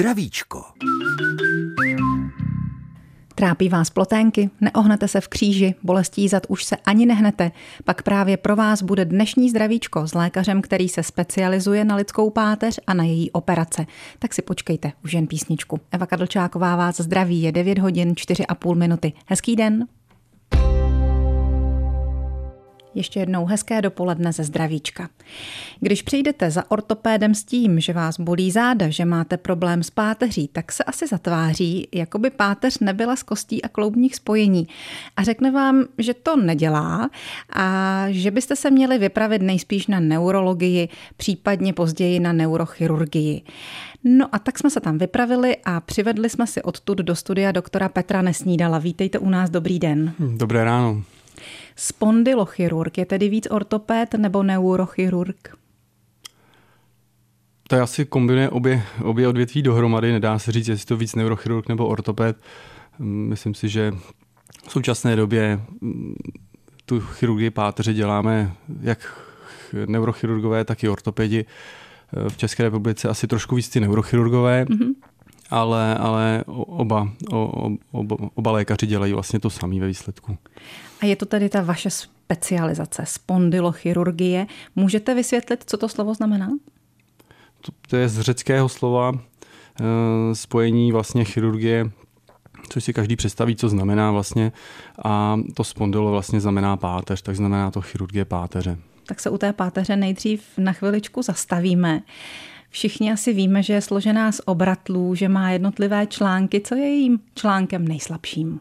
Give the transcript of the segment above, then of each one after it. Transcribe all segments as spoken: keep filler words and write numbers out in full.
Zdravíčko. Trápí vás ploténky, neohnete se v kříži, bolestí zad už se ani nehnete, pak právě pro vás bude dnešní zdravíčko s lékařem, který se specializuje na lidskou páteř a na její operace. Tak si počkejte, už jen písničku. Eva Kadlčáková vás zdraví, je devět hodin čtyři a půl minuty. Hezký den. Ještě jednou hezké dopoledne ze zdravíčka. Když přijdete za ortopédem s tím, že vás bolí záda, že máte problém s páteří, tak se asi zatváří, jako by páteř nebyla z kostí a kloubních spojení. A řekne vám, že to nedělá a že byste se měli vypravit nejspíš na neurologii, případně později na neurochirurgii. No a tak jsme se tam vypravili a přivedli jsme si odtud do studia doktora Petra Nesnídala. Vítejte u nás, dobrý den. Dobré ráno. Spondylochirurg je tedy víc ortopéd nebo neurochirurg? To je asi kombinuje obě, obě odvětví dohromady. Nedá se říct, jestli to víc neurochirurg nebo ortopéd. Myslím si, že v současné době tu chirurgii páteře děláme jak neurochirurgové, tak i ortopedi. V České republice asi trošku víc ty neurochirurgové, mm-hmm. ale, ale oba, oba, oba lékaři dělají vlastně to samé ve výsledku. A je to tedy ta vaše specializace, spondylochirurgie. Můžete vysvětlit, co to slovo znamená? To, to je z řeckého slova e, spojení vlastně chirurgie, což si každý představí, co znamená vlastně. A to spondylo vlastně znamená páteř, tak znamená to chirurgie páteře. Tak se u té páteře nejdřív na chviličku zastavíme. Všichni asi víme, že je složená z obratlů, že má jednotlivé články. Co je jejím článkem nejslabším?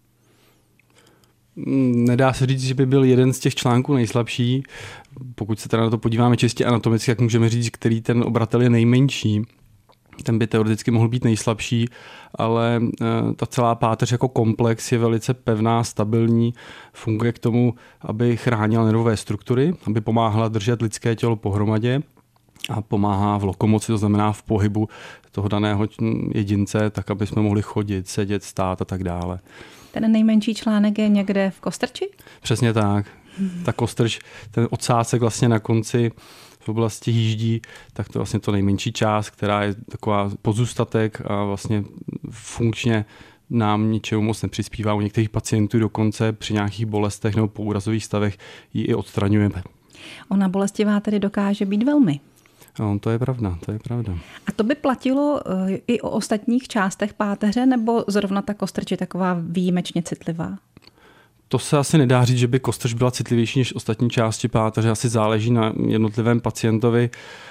Nedá se říct, že by byl jeden z těch článků nejslabší. Pokud se teda na to podíváme čistě anatomicky, jak můžeme říct, který ten obratel je nejmenší. Ten by teoreticky mohl být nejslabší, ale ta celá páteř jako komplex je velice pevná, stabilní, funguje k tomu, aby chránila nervové struktury, aby pomáhala držet lidské tělo pohromadě a pomáhá v lokomoci, to znamená v pohybu toho daného jedince, tak aby jsme mohli chodit, sedět, stát a tak dále. Ten nejmenší článek je někde v kostrči? Přesně tak. Ta kostrč, ten odsázek vlastně na konci v oblasti jíždí, tak to je vlastně to nejmenší část, která je taková pozůstatek a vlastně funkčně nám ničemu moc nepřispívá. U některých pacientů dokonce při nějakých bolestech nebo poúrazových stavech ji i odstraňujeme. Ona bolestivá tedy dokáže být velmi. No, to je pravda, to je pravda. A to by platilo i o ostatních částech páteře, nebo zrovna ta kostrč je taková výjimečně citlivá? To se asi nedá říct, že by kostrč byla citlivější než ostatní části páteře. Asi záleží na jednotlivém pacientovi.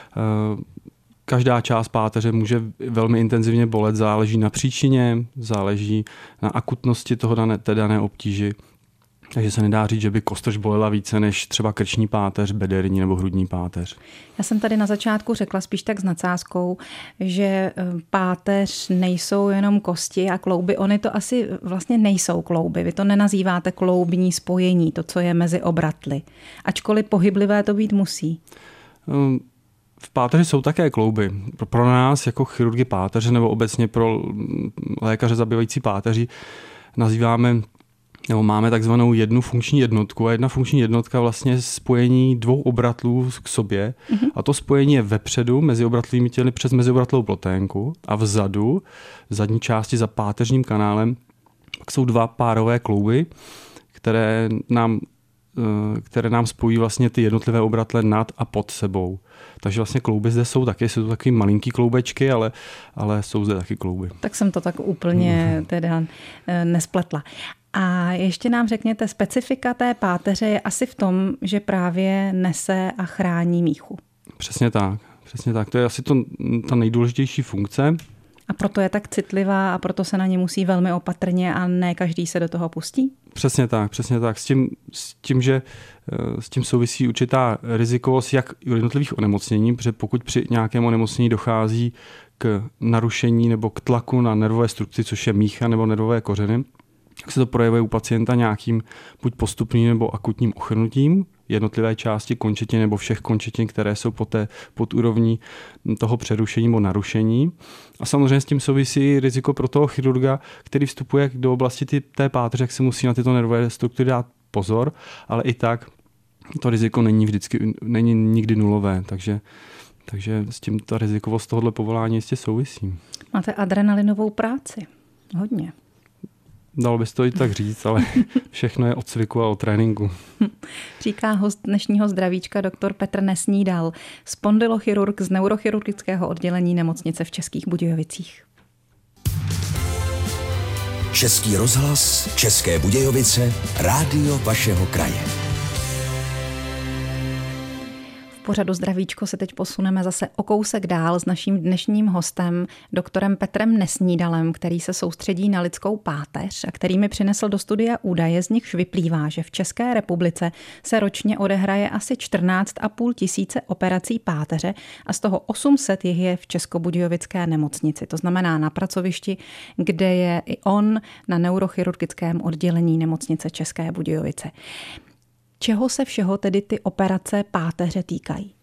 Každá část páteře může velmi intenzivně bolet, záleží na příčině, záleží na akutnosti toho dané, té dané obtíži. Takže se nedá říct, že by kostrč bolela více než třeba krční páteř, bederní nebo hrudní páteř. Já jsem tady na začátku řekla spíš tak s nadsázkou, že páteř nejsou jenom kosti a klouby. Ony to asi vlastně nejsou klouby. Vy to nenazýváte kloubní spojení, to, co je mezi obratly. Ačkoliv pohyblivé to být musí. V páteři jsou také klouby. Pro nás jako chirurgy páteře nebo obecně pro lékaře zabývající páteří nazýváme nebo máme takzvanou jednu funkční jednotku a jedna funkční jednotka vlastně je spojení dvou obratlů k sobě mm-hmm. a to spojení je vepředu mezi obratlými těly přes meziobratlou ploténku a vzadu, v zadní části za páteřním kanálem, pak jsou dva párové klouby, které nám, které nám spojí vlastně ty jednotlivé obratle nad a pod sebou. Takže vlastně klouby zde jsou taky, jsou to takový malinký kloubečky, ale, ale jsou zde taky klouby. Tak jsem to tak úplně mm. teda nespletla. A ještě nám řekněte, specifika té páteře je asi v tom, že právě nese a chrání míchu. Přesně tak, přesně tak. To je asi to, ta nejdůležitější funkce. A proto je tak citlivá a proto se na ně musí velmi opatrně a ne každý se do toho pustí? Přesně tak, přesně tak. S tím, s tím, že s tím souvisí určitá rizikovost jak u jednotlivých onemocnění, protože pokud při nějakém onemocnění dochází k narušení nebo k tlaku na nervové struktury, což je mícha nebo nervové kořeny, tak se to projevuje u pacienta nějakým buď postupným nebo akutním ochrnutím jednotlivé části končetin nebo všech končetin, které jsou poté pod úrovní toho přerušení nebo narušení. A samozřejmě s tím souvisí riziko pro toho chirurga, který vstupuje do oblasti ty, té páteře, jak se musí na tyto nervové struktury dát pozor, ale i tak to riziko není vždycky, není nikdy nulové, takže, takže s tím ta rizikovost tohoto povolání jistě souvisí. Máte adrenalinovou práci. Hodně. Dalo by se to i tak říct, ale všechno je od cviku a od tréninku. Říká host dnešního zdravíčka doktor Petr Nesnídal, spondylochirurg z neurochirurgického oddělení nemocnice v Českých Budějovicích. Český rozhlas, České Budějovice, rádio vašeho kraje. V pořadu Zdravíčko se teď posuneme zase o kousek dál s naším dnešním hostem, doktorem Petrem Nesnídalem, který se soustředí na lidskou páteř a který mi přinesl do studia údaje, z nichž vyplývá, že v České republice se ročně odehraje asi čtrnáct a půl tisíce operací páteře a z toho osm set jich je v Českobudějovické nemocnici. To znamená na pracovišti, kde je i on na neurochirurgickém oddělení nemocnice České Budějovice. Čeho se všeho tedy ty operace páteře týkají?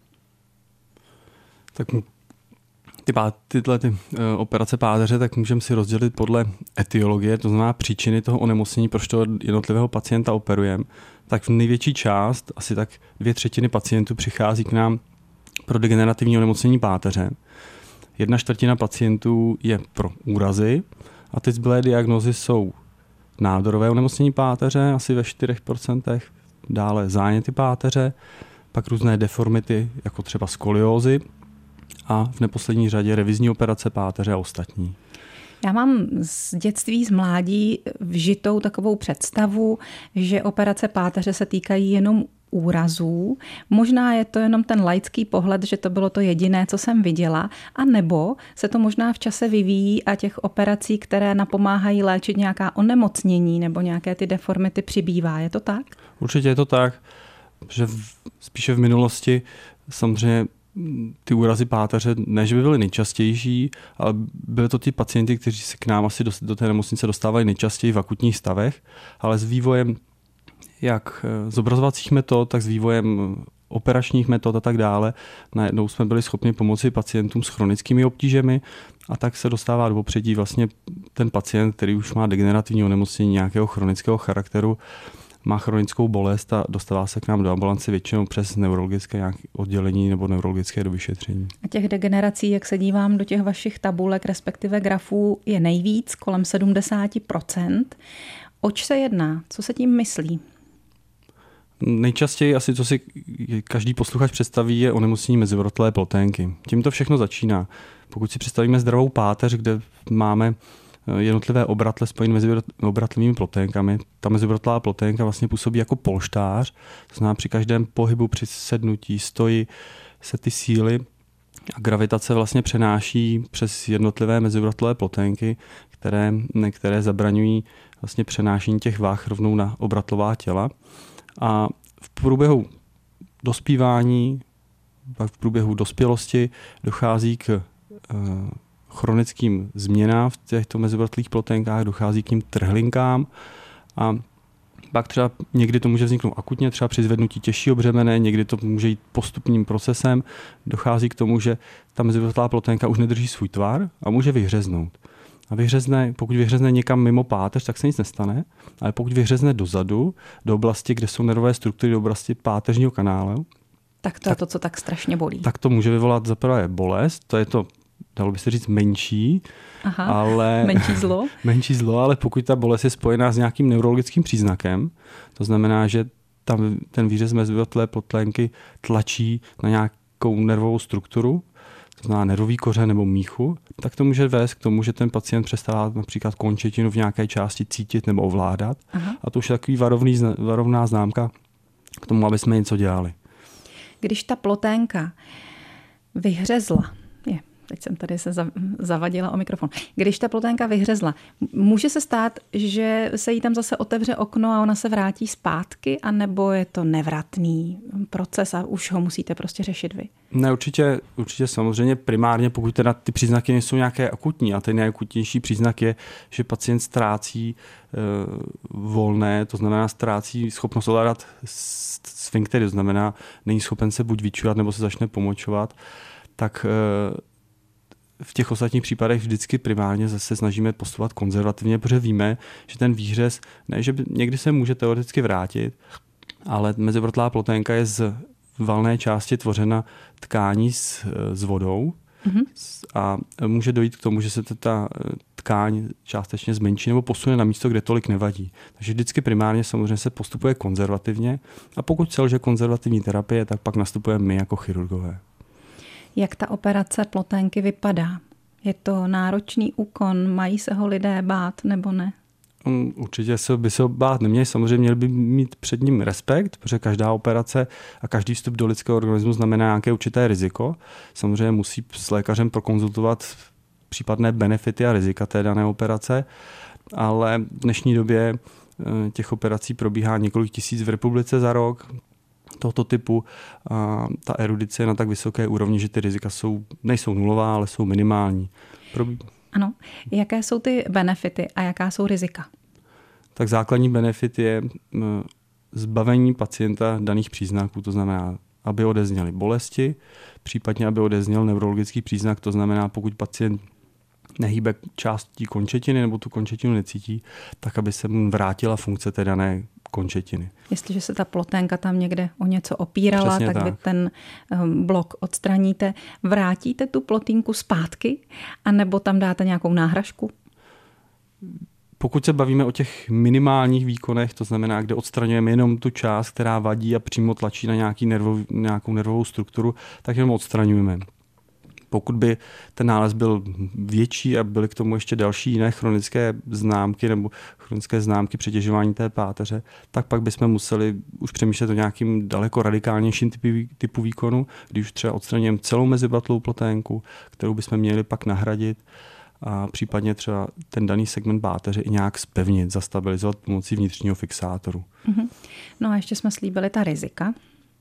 Tak ty, tyhle ty, uh, operace páteře tak můžeme si rozdělit podle etiologie, to znamená příčiny toho onemocnění, proč toho jednotlivého pacienta operujeme. Tak v největší část, asi tak dvě třetiny pacientů přichází k nám pro degenerativní onemocnění páteře. Jedna čtvrtina pacientů je pro úrazy a ty zbylé diagnózy jsou nádorové onemocnění páteře, asi ve čtyřech procentech. Dále záněty páteře, pak různé deformity, jako třeba skoliózy a v neposlední řadě revizní operace páteře a ostatní. Já mám z dětství, z mládí vžitou takovou představu, že operace páteře se týkají jenom úrazů. Možná je to jenom ten laický pohled, že to bylo to jediné, co jsem viděla, a nebo se to možná v čase vyvíjí a těch operací, které napomáhají léčit nějaká onemocnění nebo nějaké ty deformity, přibývá. Je to tak? Určitě je to tak, že v, spíše v minulosti samozřejmě ty úrazy páteře, ne, že by byly nejčastější, ale byly to ty pacienti, kteří se k nám asi do, do té nemocnice dostávali nejčastěji v akutních stavech, ale s vývojem jak zobrazovacích metod, tak s vývojem operačních metod a tak dále. Najednou jsme byli schopni pomoci pacientům s chronickými obtížemi a tak se dostává do popředí vlastně ten pacient, který už má degenerativní onemocnění nějakého chronického charakteru, má chronickou bolest a dostává se k nám do ambulance většinou přes neurologické oddělení nebo neurologické dovyšetření. A těch degenerací, jak se dívám do těch vašich tabulek, respektive grafů, je nejvíc, kolem sedmdesát procent. Oč se jedná? Co se tím myslí? Nejčastěji asi, co si každý posluchač představí, je onemocnění mezivratlové ploténky. Tím to všechno začíná. Pokud si představíme zdravou páteř, kde máme jednotlivé obratle spojené mezi obratlivými ploténkami, ta mezivratlová ploténka vlastně působí jako polštář, to znamená při každém pohybu, při sednutí, stoji se ty síly a gravitace vlastně přenáší přes jednotlivé mezivratlové ploténky, které, které zabraňují vlastně přenášení těch váh rovnou na obratlová těla. A v průběhu dospívání, pak v průběhu dospělosti dochází k e, chronickým změnám v těchto mezivratlých ploténkách, dochází k ním trhlinkám a pak třeba někdy to může vzniknout akutně, třeba při zvednutí těžšího břemene, někdy to může jít postupným procesem, dochází k tomu, že ta mezivratlová ploténka už nedrží svůj tvar a může vyhřeznout. A vyhřezne, pokud vyhřezne někam mimo páteř, tak se nic nestane, ale pokud vyhřezne dozadu, do oblasti, kde jsou nervové struktury, do oblasti páteřního kanálu, tak to tak, je to, co tak strašně bolí. Tak to může vyvolat zaprvé bolest, to je to, dalo by se říct, menší, Aha, ale, menší zlo. menší zlo, ale pokud ta bolest je spojená s nějakým neurologickým příznakem, to znamená, že tam ten výřez mezivratlové ploténky tlačí na nějakou nervovou strukturu, to znamená nervový kořen nebo míchu, tak to může vést k tomu, že ten pacient přestává například končetinu v nějaké části cítit nebo ovládat. Aha. A to už je takový varovný, varovná známka k tomu, aby jsme něco dělali. Když ta ploténka vyhřezla, je, teď jsem tady se zavadila o mikrofon, když ta ploténka vyhřezla, může se stát, že se jí tam zase otevře okno a ona se vrátí zpátky, anebo je to nevratný proces a už ho musíte prostě řešit vy? Ne, určitě, určitě samozřejmě primárně, pokud teda ty příznaky nejsou nějaké akutní a ten nejakutnější příznak je, že pacient ztrácí e, volné, to znamená ztrácí schopnost ovládat sfinktery, to znamená není schopen se buď vyčurat nebo se začne pomočovat, tak e, v těch ostatních případech vždycky primárně zase snažíme postupovat konzervativně, protože víme, že ten výhřez, ne, že by, někdy se může teoreticky vrátit, ale mezivratlá ploténka je z valné části tvořena tkání s, s vodou Mm-hmm. A může dojít k tomu, že se ta tkáň částečně zmenší nebo posune na místo, kde tolik nevadí. Takže vždycky primárně samozřejmě se postupuje konzervativně a pokud selže konzervativní terapie, tak pak nastupujeme my jako chirurgové. Jak ta operace ploténky vypadá? Je to náročný úkon? Mají se ho lidé bát nebo ne? Určitě se by se ho bát neměli. Samozřejmě měli by mít před ním respekt, protože každá operace a každý vstup do lidského organismu znamená nějaké určité riziko. Samozřejmě musí s lékařem prokonzultovat případné benefity a rizika té dané operace, ale v dnešní době těch operací probíhá několik tisíc v republice za rok tohoto typu. A ta erudice je na tak vysoké úrovni, že ty rizika jsou, nejsou nulová, ale jsou minimální. Probí... Ano. Jaké jsou ty benefity a jaká jsou rizika? Tak základní benefit je zbavení pacienta daných příznaků, to znamená, aby odezněly bolesti, případně aby odezněl neurologický příznak, to znamená, pokud pacient nehýbe částí končetiny nebo tu končetinu necítí, tak aby se mu vrátila funkce té dané končetiny. Jestliže se ta ploténka tam někde o něco opírala, tak, tak vy ten blok odstraníte. Vrátíte tu plotínku zpátky, anebo tam dáte nějakou náhražku? Pokud se bavíme o těch minimálních výkonech, to znamená, kde odstraňujeme jenom tu část, která vadí a přímo tlačí na nějaký nervov, nějakou nervovou strukturu, tak jenom odstraňujeme. Pokud by ten nález byl větší a byly k tomu ještě další jiné chronické známky nebo chronické známky přetěžování té páteře, tak pak bychom museli už přemýšlet o nějakým daleko radikálnějším typu výkonu, když už třeba odstraňujeme celou mezibatlou ploténku, kterou bychom měli pak nahradit a případně třeba ten daný segment páteře i nějak zpevnit, zastabilizovat pomocí vnitřního fixátoru. Mm-hmm. No a ještě jsme slíbili ta rizika.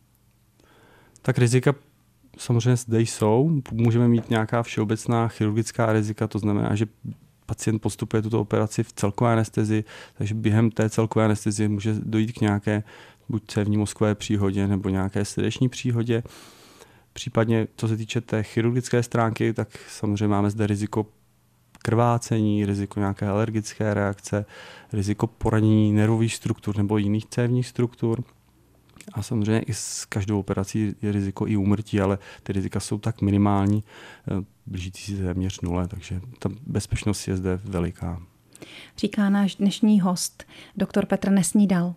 Tak rizika samozřejmě zde jsou. Můžeme mít nějaká všeobecná chirurgická rizika, to znamená, že pacient postupuje tuto operaci v celkové anestezii, takže během té celkové anestezie může dojít k nějaké buď cévní mozkové příhodě nebo nějaké srdeční příhodě. Případně, co se týče té chirurgické stránky, tak samozřejmě máme zde riziko krvácení, riziko nějaké alergické reakce, riziko poranění nervových struktur nebo jiných cévních struktur. A samozřejmě i s každou operací je riziko i úmrtí, ale ty rizika jsou tak minimální, blížící se téměř nule, takže ta bezpečnost je zde veliká. Říká náš dnešní host, doktor Petr Nesnídal.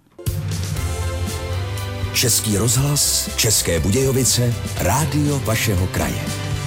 Český rozhlas, České Budějovice, rádio vašeho kraje.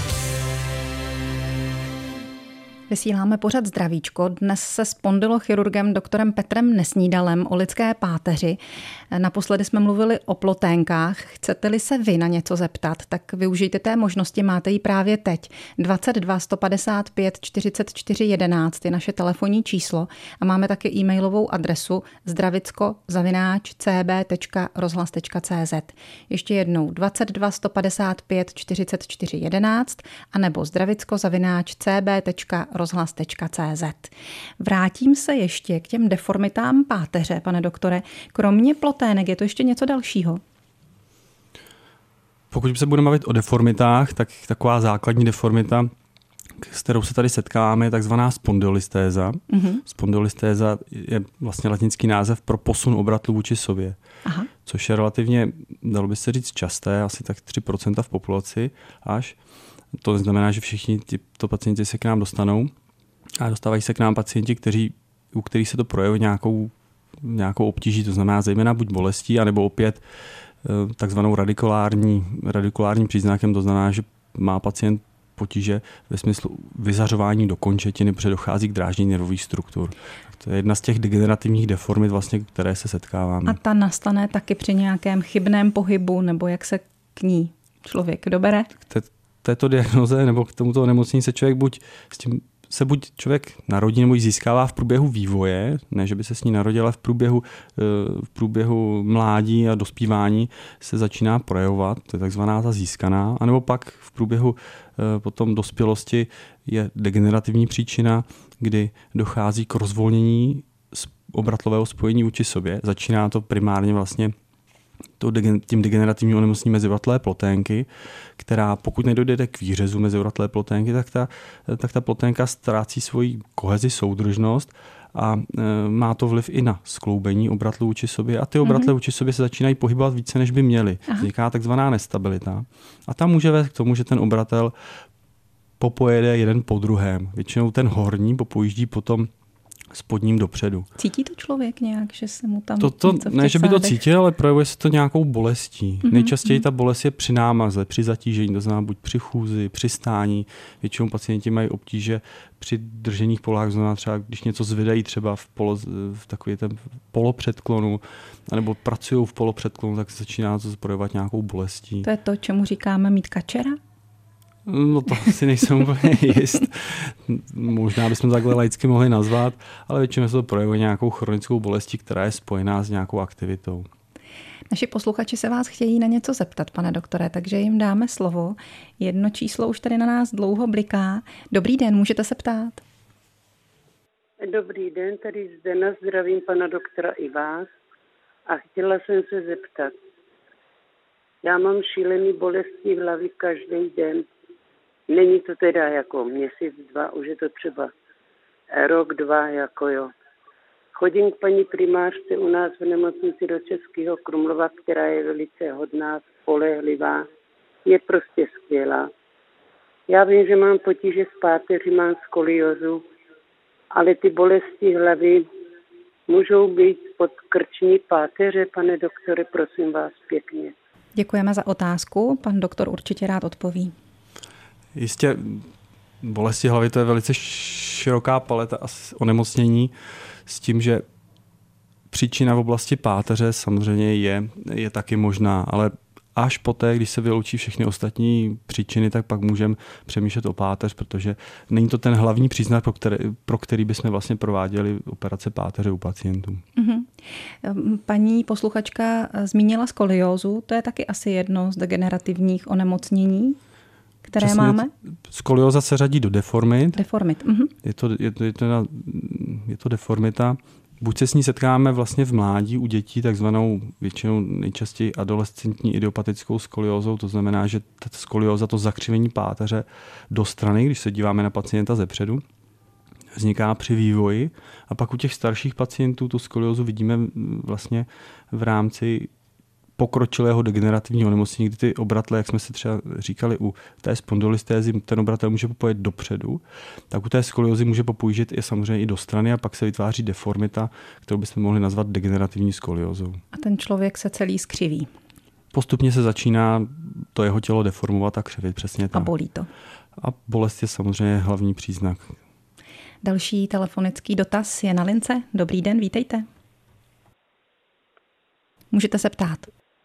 Vysíláme pořad Zdravíčko. Dnes se spondylochirurgem doktorem Petrem Nesnídalem o lidské páteři. Naposledy jsme mluvili o ploténkách. Chcete-li se vy na něco zeptat, tak využijte té možnosti, máte ji právě teď. dvacet dva sto padesát pět čtyřicet čtyři jedenáct je naše telefonní číslo a máme také e-mailovou adresu zdravicko zavináč c b tečka rozhlas tečka c z. Ještě jednou dvacet dva sto padesát pět čtyřicet čtyři jedenáct a nebo zdravicko zavináč c b tečka rozhlas tečka c z. Vrátím se ještě k těm deformitám páteře, pane doktore. Kromě plotének je to ještě něco dalšího? Pokud se budeme bavit o deformitách, tak taková základní deformita, s kterou se tady setkáváme, je takzvaná spondylolistéza. Mm-hmm. Spondylolistéza je vlastně latinský název pro posun obratlů vůči sobě, Aha. což je relativně, dalo by se říct, časté, asi tak tři procenta v populaci až. To neznamená, že všichni tyto pacienti se k nám dostanou a dostávají se k nám pacienti, kteří, u kterých se to projevuje nějakou, nějakou obtíží, to znamená zejména buď bolestí, anebo opět takzvanou radikulární, radikulárním příznakem, to znamená, že má pacient potíže ve smyslu vyzařování do končetiny, protože dochází k dráždění nervových struktur. To je jedna z těch degenerativních deformit, vlastně, které se setkáváme. A ta nastane taky při nějakém chybném pohybu, nebo jak se k ní člověk dobere? Této diagnoze nebo k tomuto onemocnění se člověk buď s tím se buď člověk narodí nebo ji získává v průběhu vývoje, ne, že by se s ní narodil, ale v průběhu, v průběhu mládí a dospívání se začíná projevovat, to je takzvaná ta získaná, anebo pak v průběhu potom dospělosti je degenerativní příčina, kdy dochází k rozvolnění obratlového spojení vůči sobě. Začíná to primárně vlastně tím degenerativním onemocněním mezibratlé ploténky, která pokud nedojde k výřezu mezibratlé ploténky, tak ta, tak ta ploténka ztrácí svoji kohezi, soudržnost a e, má to vliv i na skloubení obratlů vůči sobě a ty obratle mm-hmm. vůči sobě se začínají pohybovat více, než by měly. Aha. Vzniká takzvaná nestabilita a ta může vést k tomu, že ten obratel popojede jeden po druhém. Většinou ten horní popojíždí potom spodním dopředu. Cítí to člověk nějak, že se mu tam to, to, něco v Ne, že by to sádech... cítil, ale projevuje se to nějakou bolestí. Mm-hmm. Nejčastěji ta bolest je při námaze, při zatížení, to znamená buď při chůzi, při stání. Většinou pacienti mají obtíže při držených polohách, znamená třeba, když něco zvedají třeba v, polo, v takový ten polopředklonu, anebo pracují v polopředklonu, tak se začíná to projevovat nějakou bolestí. To je to, čemu říkáme mít kačera? No to si nejsem úplně jist. Možná bychom takhle laicky mohli nazvat, ale většinou se to projevuje nějakou chronickou bolestí, která je spojená s nějakou aktivitou. Naši posluchači se vás chtějí na něco zeptat, pane doktore, takže jim dáme slovo. Jedno číslo už tady na nás dlouho bliká. Dobrý den, můžete se ptát. Dobrý den, tady Zdena, zdravím pana doktora i vás a chtěla jsem se zeptat. Já mám šílený bolesti v hlavě každý den. Není to teda jako měsíc, dva, už je to třeba rok, dva, jako jo. Chodím k paní primářce u nás v nemocnici do Českého Krumlova, která je velice hodná, spolehlivá, je prostě skvělá. Já vím, že mám potíže s páteří, mám skoliozu, ale ty bolesti hlavy můžou být pod krční páteře, pane doktore, prosím vás pěkně. Děkujeme za otázku, pan doktor určitě rád odpoví. Jistě bolesti hlavy to je velice široká paleta onemocnění s tím, že příčina v oblasti páteře samozřejmě je, je taky možná, ale až poté, když se vyloučí všechny ostatní příčiny, tak pak můžeme přemýšlet o páteř, protože není to ten hlavní příznak, pro který, pro který bychom vlastně prováděli operace páteře u pacientů. Mm-hmm. Paní posluchačka zmínila skoliózu, to je taky asi jedno z degenerativních onemocnění, které Přesně, máme. Skolióza se řadí do deformit. Deformit. Mm-hmm. Je to, je, to, je, to, je to deformita. Buď se s ní setkáme vlastně v mládí u dětí, takzvanou většinou nejčastěji adolescentní idiopatickou skoliózou, to znamená, že ta skolióza, to zakřivení páteře do strany, když se díváme na pacienta zepředu, vzniká při vývoji a pak u těch starších pacientů tu skoliózu vidíme vlastně v rámci pokročilého degenerativního onemocnění, kdy ty obratle, jak jsme si třeba říkali u té spondylostézy, ten obratel může popojet dopředu, tak u té skoliozy může popojíždět i samozřejmě i do strany a pak se vytváří deformita, kterou bychom mohli nazvat degenerativní skoliózou. A ten člověk se celý skřiví. Postupně se začíná to jeho tělo deformovat a křivit, přesně tak. A bolí to. A bolest je samozřejmě hlavní příznak. Další telefonický dotaz je na lince. Dobrý den, vítejte. Můžete se ptát.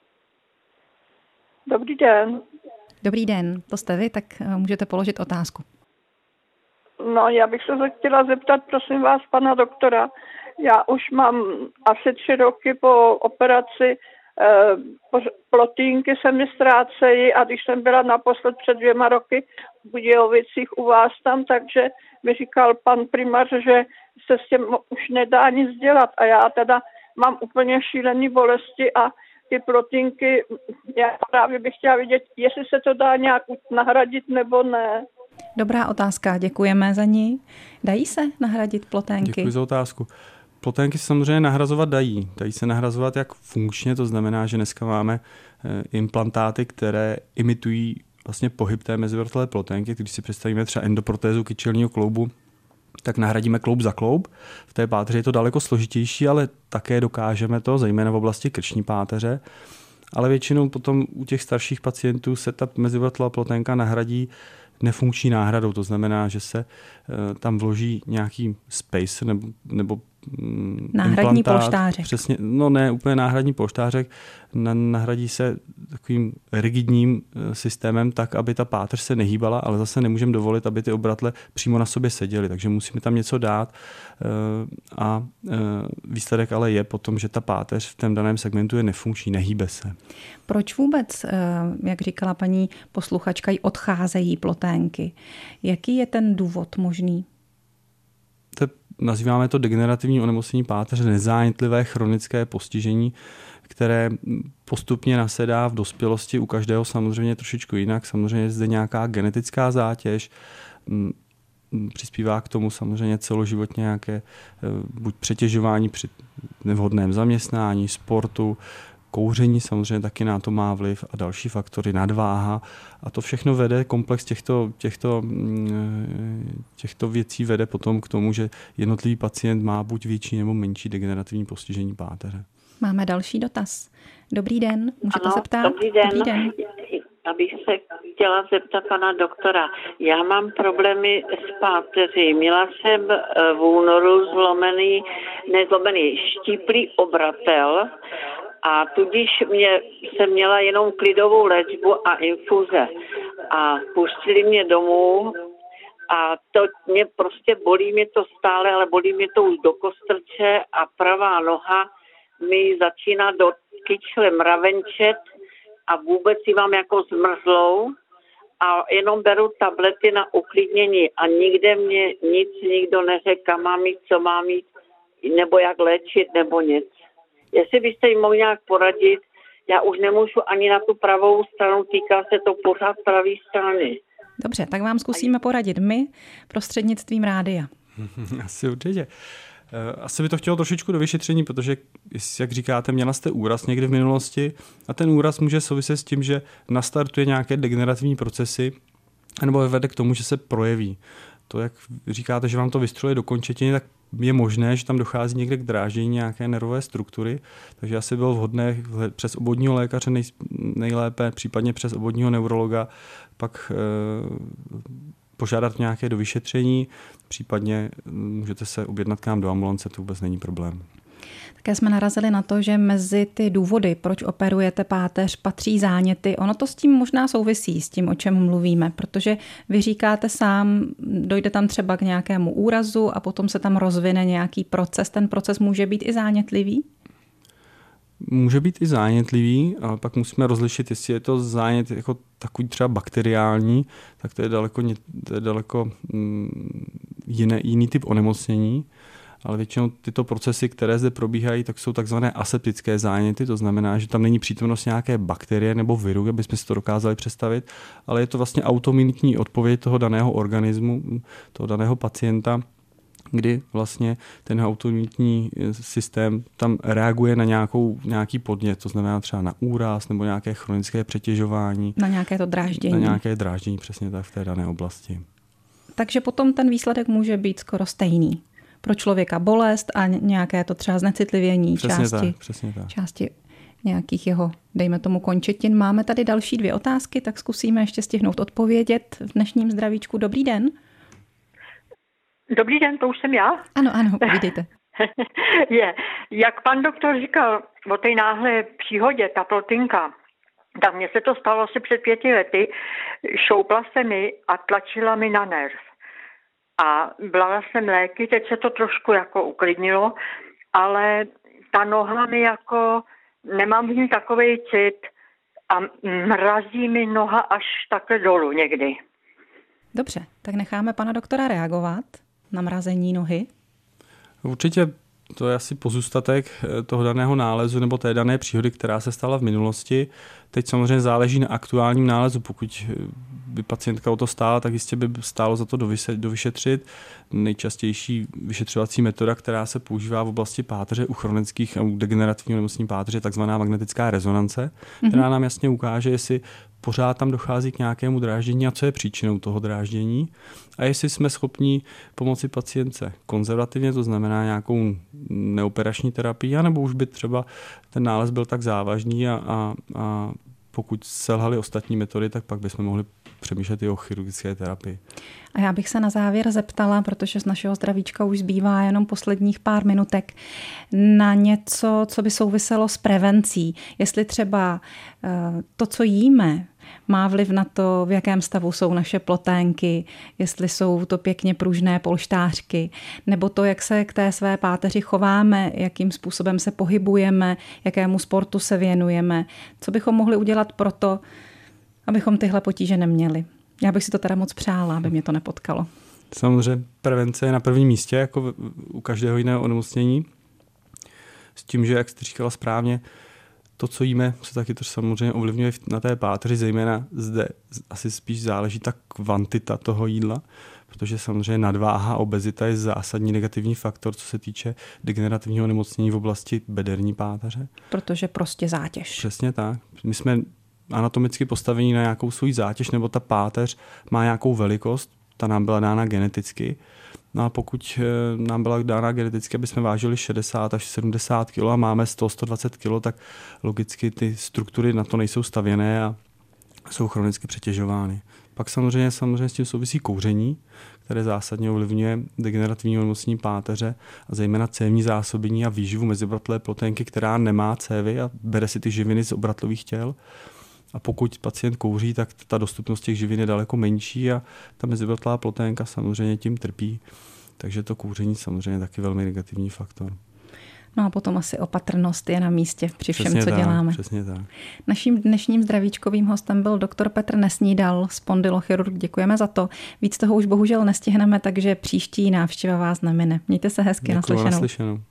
Dobrý den. Dobrý den, to jste vy, tak můžete položit otázku. No, já bych se chtěla zeptat, prosím vás, pana doktora. Já už mám asi tři roky po operaci, eh, plotínky se mi ztrácejí a když jsem byla naposled před dvěma roky v Budějovicích u vás tam, takže mi říkal pan primář, že se s tím už nedá nic dělat a já teda mám úplně šílený bolesti a ty plotínky, já právě bych chtěla vidět, jestli se to dá nějak nahradit nebo ne. Dobrá otázka, děkujeme za ní. Dají se nahradit ploténky? Děkuji za otázku. Ploténky se samozřejmě nahrazovat dají. Dají se nahrazovat jak funkčně, to znamená, že dneska máme implantáty, které imitují vlastně pohyb té mezivrtové ploténky. Když si představíme třeba endoprotézu kyčelního kloubu, tak nahradíme kloub za kloub. V té páteři je to daleko složitější, ale také dokážeme to, zejména v oblasti krční páteře. Ale většinou potom u těch starších pacientů se ta mezivrtlová ploténka nahradí nefunkční náhradou. To znamená, že se uh, tam vloží nějaký space nebo, nebo náhradní implantát, polštářek. Přesně, no ne úplně náhradní polštářek, na, nahradí se takovým rigidním systémem tak, aby ta páteř se nehýbala, ale zase nemůžeme dovolit, aby ty obratle přímo na sobě seděly, takže musíme tam něco dát a výsledek ale je potom, že ta páteř v tom daném segmentu je nefunkční, nehýbe se. Proč vůbec, jak říkala paní posluchačka, odcházejí ploténky? Jaký je ten důvod možný? To nazýváme to degenerativní onemocnění páteře, nezánětlivé chronické postižení, které postupně nasedá v dospělosti u každého samozřejmě trošičku jinak. Samozřejmě je zde nějaká genetická zátěž, přispívá k tomu samozřejmě celoživotně nějaké buď přetěžování při nevhodném zaměstnání, sportu, kouření samozřejmě taky na to má vliv a další faktory, nadváha. A to všechno vede, komplex těchto, těchto, těchto věcí vede potom k tomu, že jednotlivý pacient má buď větší nebo menší degenerativní postižení páteře. Máme další dotaz. Dobrý den, můžete ano, se ptát? Dobrý den. Dobrý den. Abych se chtěla zeptat pana doktora. Já mám problémy s páteří. Měla jsem v únoru zlomený, nezlomený štíplý obratel a tudíž mě, jsem měla jenom klidovou léčbu a infuze. A pustili mě domů a to mě prostě bolí mě to stále, ale bolí mě to už do kostrče a pravá noha mi začíná do kyčle mravenčet a vůbec ji mám jako zmrzlou a jenom beru tablety na uklidnění a nikde mě nic nikdo neřekl, kam mám jít, co mám jít, nebo jak léčit, nebo nic. Jestli byste jim mohli nějak poradit, já už nemůžu ani na tu pravou stranu, týká se to pořád pravé strany. Dobře, tak vám zkusíme poradit my prostřednictvím rádia. Asi určitě. Asi by to chtělo trošičku do vyšetření, protože, jak říkáte, měla jste úraz někdy v minulosti a ten úraz může souviset s tím, že nastartuje nějaké degenerativní procesy nebo vede k tomu, že se projeví. To, jak říkáte, že vám to vystřeluje do končetiny, tak je možné, že tam dochází někde k dráždění nějaké nervové struktury, takže asi bylo vhodné přes obvodního lékaře nej, nejlépe, případně přes obvodního neurologa, pak e, požádat nějaké dovyšetření, případně můžete se objednat k nám do ambulance, to vůbec není problém. Také jsme narazili na to, že mezi ty důvody, proč operujete páteř, patří záněty. Ono to s tím možná souvisí, s tím, o čem mluvíme, protože vy říkáte sám, dojde tam třeba k nějakému úrazu a potom se tam rozvine nějaký proces. Ten proces může být i zánětlivý? Může být i zánětlivý, ale pak musíme rozlišit, jestli je to zánět jako takový třeba bakteriální, tak to je daleko, to je daleko jiné, jiný typ onemocnění. Ale většinou tyto procesy, které zde probíhají, tak jsou takzvané aseptické záněty, to znamená, že tam není přítomnost nějaké bakterie nebo viru, aby jsme si to dokázali představit, ale je to vlastně autoimunitní odpověď toho daného organismu, toho daného pacienta, kdy vlastně ten autoimunitní systém tam reaguje na nějakou, nějaký podnět, to znamená třeba na úraz nebo nějaké chronické přetěžování. Na nějaké to dráždění. Na nějaké dráždění, přesně tak, v té dané oblasti. Takže potom ten výsledek může být skoro stejný. Pro člověka bolest a nějaké to třeba znecitlivění přesně části, tak, přesně tak. části nějakých jeho, dejme tomu, končetin. Máme tady další dvě otázky, tak zkusíme ještě stihnout odpovědět v dnešním zdravíčku. Dobrý den. Dobrý den, to už jsem já? Ano, ano, povídejte. Je. Jak pan doktor říkal o té náhlé příhodě, ta plotinka, tak mně se to stalo asi před pěti lety. Šoupla se mi a tlačila mi na nerv. A brala jsem léky, teď se to trošku jako uklidnilo, ale ta noha mi jako, nemám v ní takovej cit a mrazí mi noha až takhle dolů někdy. Dobře, tak necháme pana doktora reagovat na mrazení nohy. Určitě to je asi pozůstatek toho daného nálezu nebo té dané příhody, která se stala v minulosti. Teď samozřejmě záleží na aktuálním nálezu. Pokud by pacientka o to stála, tak jistě by stálo za to dovyšetřit. Nejčastější vyšetřovací metoda, která se používá v oblasti páteře u chronických a u degenerativního nemocní páteře, je takzvaná magnetická rezonance, mm-hmm. která nám jasně ukáže, jestli pořád tam dochází k nějakému dráždění a co je příčinou toho dráždění a jestli jsme schopni pomoci pacientce konzervativně, to znamená nějakou neoperační terapii, anebo už by třeba ten nález byl tak závažný a, a, a pokud selhaly ostatní metody, tak pak bychom mohli přemýšlet i o chirurgické terapii. A já bych se na závěr zeptala, protože z našeho zdravíčka už zbývá jenom posledních pár minutek, na něco, co by souviselo s prevencí. Jestli třeba to, co jíme, má vliv na to, v jakém stavu jsou naše ploténky, jestli jsou to pěkně pružné polštářky, nebo to, jak se k té své páteři chováme, jakým způsobem se pohybujeme, jakému sportu se věnujeme, co bychom mohli udělat pro to, abychom tyhle potíže neměli. Já bych si to teda moc přála, aby mě to nepotkalo. Samozřejmě prevence je na prvním místě, jako u každého jiného onemocnění. S tím, že, jak jste říkala správně, to, co jíme, se taky to samozřejmě ovlivňuje na té páteři, zejména zde asi spíš záleží ta kvantita toho jídla, protože samozřejmě nadváha a obezita je zásadní negativní faktor, co se týče degenerativního onemocnění v oblasti bederní páteře. Protože prostě zátěž. Přesně tak. My jsme anatomicky postavení na nějakou svou zátěž, nebo ta páteř má nějakou velikost, ta nám byla dána geneticky. No a pokud nám byla dána geneticky, aby jsme vážili šedesát až sedmdesát kilo a máme sto až sto dvacet kilo, tak logicky ty struktury na to nejsou stavěné a jsou chronicky přetěžovány. Pak samozřejmě, samozřejmě s tím souvisí kouření, které zásadně ovlivňuje degenerativní onemocnění páteře a zejména cévní zásobení a výživu meziobratlé ploténky, která nemá cévy a bere si ty živiny z obratlových těl. A pokud pacient kouří, tak ta dostupnost těch živin je daleko menší a ta meziobratlá ploténka samozřejmě tím trpí. Takže to kouření samozřejmě je taky velmi negativní faktor. No a potom asi opatrnost je na místě při všem, přesně co tak, děláme. Přesně tak. Naším dnešním zdravíčkovým hostem byl doktor Petr Nesnídal, spondylochirurg. Děkujeme za to. Víc toho už bohužel nestihneme, takže příští návštěva vás nemine. Mějte se hezky. Děkuju, naslyšenou. naslyšenou.